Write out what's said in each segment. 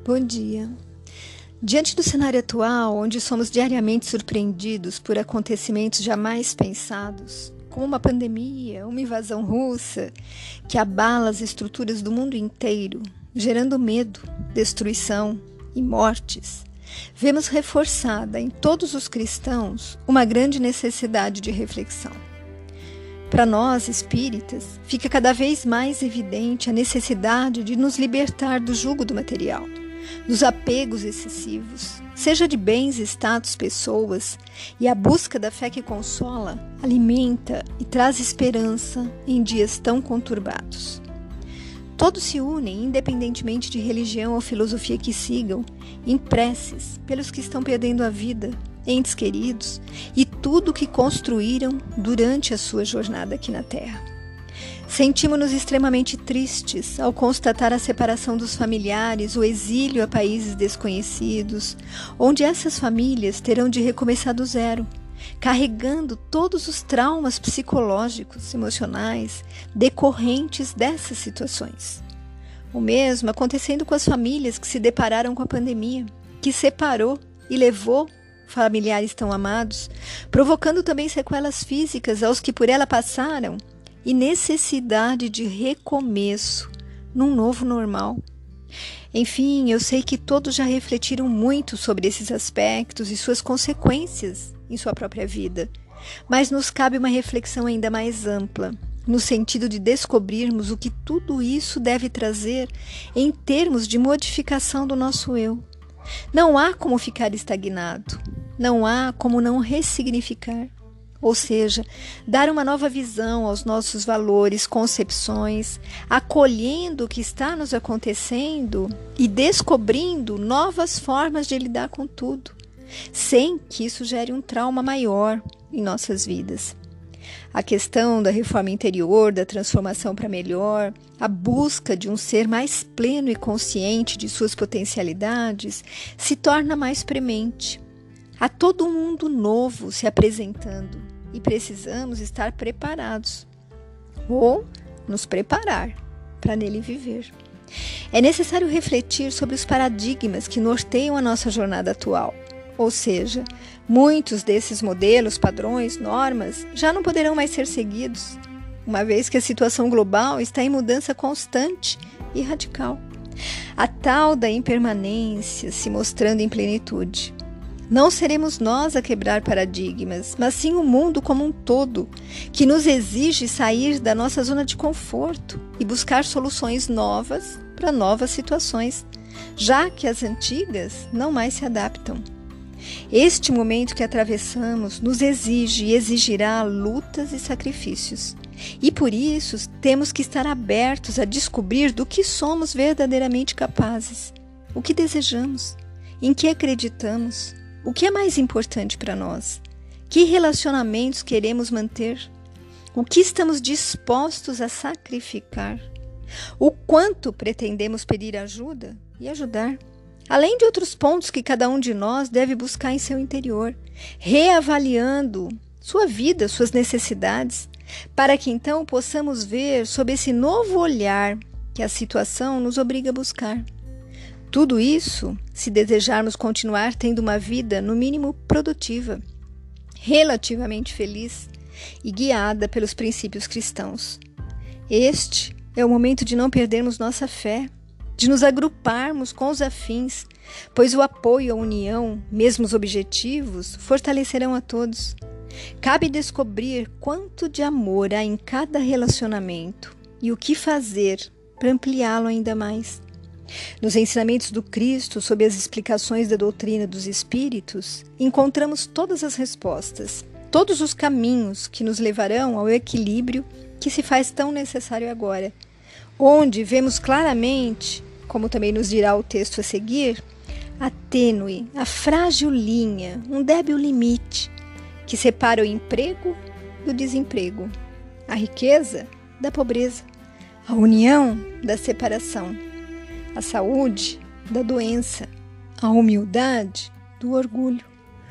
Bom dia. Diante do cenário atual, onde somos diariamente surpreendidos por acontecimentos jamais pensados, como uma pandemia, uma invasão russa, que abala as estruturas do mundo inteiro, gerando medo, destruição e mortes, vemos reforçada em todos os cristãos uma grande necessidade de reflexão. Para nós, espíritas, fica cada vez mais evidente a necessidade de nos libertar do jugo do material, dos apegos excessivos, seja de bens, status, pessoas, e a busca da fé que consola, alimenta e traz esperança em dias tão conturbados. Todos se unem, independentemente de religião ou filosofia que sigam, em preces pelos que estão perdendo a vida, entes queridos e tudo o que construíram durante a sua jornada aqui na Terra. Sentimos-nos extremamente tristes ao constatar a separação dos familiares, o exílio a países desconhecidos, onde essas famílias terão de recomeçar do zero, carregando todos os traumas psicológicos, emocionais, decorrentes dessas situações. O mesmo acontecendo com as famílias que se depararam com a pandemia, que separou e levou familiares tão amados, provocando também sequelas físicas aos que por ela passaram e necessidade de recomeço num novo normal. Enfim, eu sei que todos já refletiram muito sobre esses aspectos e suas consequências em sua própria vida, mas nos cabe uma reflexão ainda mais ampla, no sentido de descobrirmos o que tudo isso deve trazer em termos de modificação do nosso eu. Não há como ficar estagnado, não há como não ressignificar, ou seja, dar uma nova visão aos nossos valores, concepções, acolhendo o que está nos acontecendo e descobrindo novas formas de lidar com tudo, sem que isso gere um trauma maior em nossas vidas. A questão da reforma interior, da transformação para melhor, a busca de um ser mais pleno e consciente de suas potencialidades se torna mais premente. Há todo um mundo novo se apresentando e precisamos estar preparados ou nos preparar para nele viver. É necessário refletir sobre os paradigmas que norteiam a nossa jornada atual. Ou seja, muitos desses modelos, padrões, normas já não poderão mais ser seguidos, uma vez que a situação global está em mudança constante e radical. A tal da impermanência se mostrando em plenitude. Não seremos nós a quebrar paradigmas, mas sim o mundo como um todo, que nos exige sair da nossa zona de conforto e buscar soluções novas para novas situações, já que as antigas não mais se adaptam. Este momento que atravessamos nos exige e exigirá lutas e sacrifícios. E por isso temos que estar abertos a descobrir do que somos verdadeiramente capazes, o que desejamos, em que acreditamos, o que é mais importante para nós, que relacionamentos queremos manter, o que estamos dispostos a sacrificar, o quanto pretendemos pedir ajuda e ajudar. Além de outros pontos que cada um de nós deve buscar em seu interior, reavaliando sua vida, suas necessidades, para que então possamos ver sob esse novo olhar que a situação nos obriga a buscar. Tudo isso se desejarmos continuar tendo uma vida, no mínimo, produtiva, relativamente feliz e guiada pelos princípios cristãos. Este é o momento de não perdermos nossa fé, de nos agruparmos com os afins, pois o apoio, a união, mesmo os objetivos, fortalecerão a todos. Cabe descobrir quanto de amor há em cada relacionamento e o que fazer para ampliá-lo ainda mais. Nos ensinamentos do Cristo, sob as explicações da doutrina dos Espíritos, encontramos todas as respostas, todos os caminhos que nos levarão ao equilíbrio que se faz tão necessário agora, onde vemos claramente, como também nos dirá o texto a seguir, a tênue, a frágil linha, um débil limite que separa o emprego do desemprego, a riqueza da pobreza, a união da separação, a saúde da doença, a humildade do orgulho,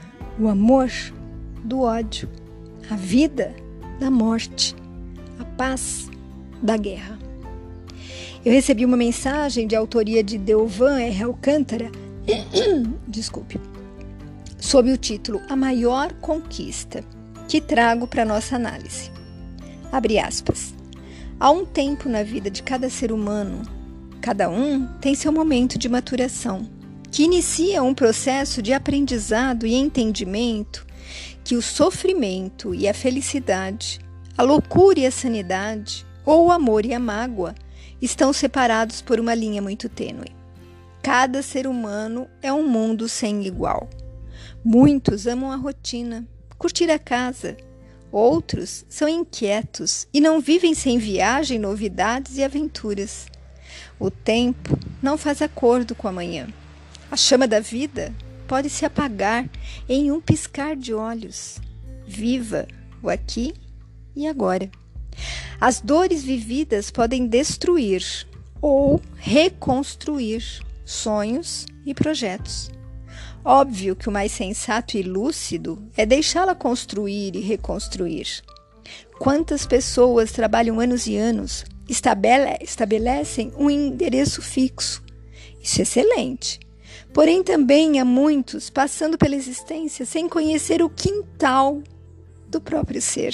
o amor do ódio, a vida da morte, a paz da guerra. Eu recebi uma mensagem de autoria de Delvan R. Alcântara, desculpe, sob o título A Maior Conquista, que trago para nossa análise. Abre aspas. Há um tempo na vida de cada ser humano, cada um tem seu momento de maturação, que inicia um processo de aprendizado e entendimento que o sofrimento e a felicidade, a loucura e a sanidade, ou o amor e a mágoa, estão separados por uma linha muito tênue. Cada ser humano é um mundo sem igual. Muitos amam a rotina, curtir a casa. Outros são inquietos e não vivem sem viagem, novidades e aventuras. O tempo não faz acordo com amanhã. A chama da vida pode se apagar em um piscar de olhos. Viva o aqui e agora. As dores vividas podem destruir ou reconstruir sonhos e projetos. Óbvio que o mais sensato e lúcido é deixá-la construir e reconstruir. Quantas pessoas trabalham anos e anos, estabelecem um endereço fixo. Isso é excelente. Porém, também há muitos passando pela existência sem conhecer o quintal do próprio ser.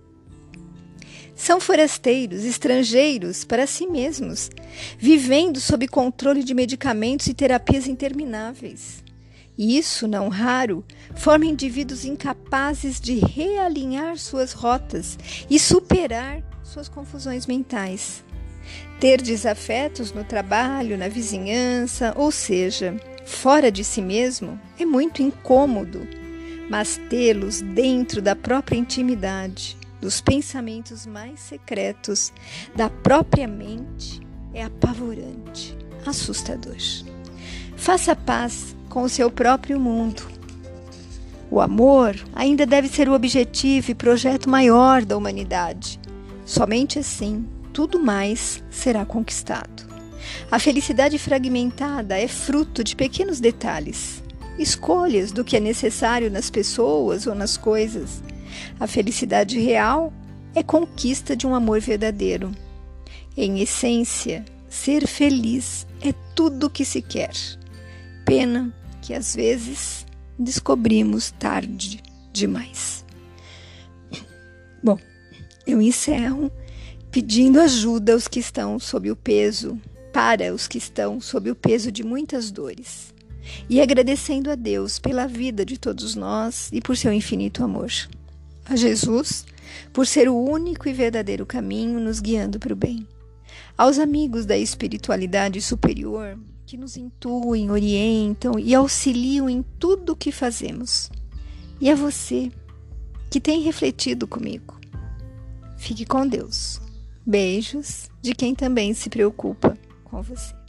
São forasteiros, estrangeiros para si mesmos, vivendo sob controle de medicamentos e terapias intermináveis. E isso, não raro, forma indivíduos incapazes de realinhar suas rotas e superar suas confusões mentais. Ter desafetos no trabalho, na vizinhança, ou seja, fora de si mesmo, é muito incômodo, mas tê-los dentro da própria intimidade, dos pensamentos mais secretos da própria mente, é apavorante, assustador. Faça paz com o seu próprio mundo. O amor ainda deve ser o objetivo e projeto maior da humanidade. Somente assim, tudo mais será conquistado. A felicidade fragmentada é fruto de pequenos detalhes, escolhas do que é necessário nas pessoas ou nas coisas. A felicidade real é conquista de um amor verdadeiro. Em essência, ser feliz é tudo o que se quer. Pena que às vezes descobrimos tarde demais. Bom, eu encerro pedindo ajuda aos que estão sob o peso, para os que estão sob o peso de muitas dores, e agradecendo a Deus pela vida de todos nós e por seu infinito amor. A Jesus, por ser o único e verdadeiro caminho, nos guiando para o bem. Aos amigos da espiritualidade superior, que nos intuem, orientam e auxiliam em tudo o que fazemos. E a você, que tem refletido comigo. Fique com Deus. Beijos de quem também se preocupa com você.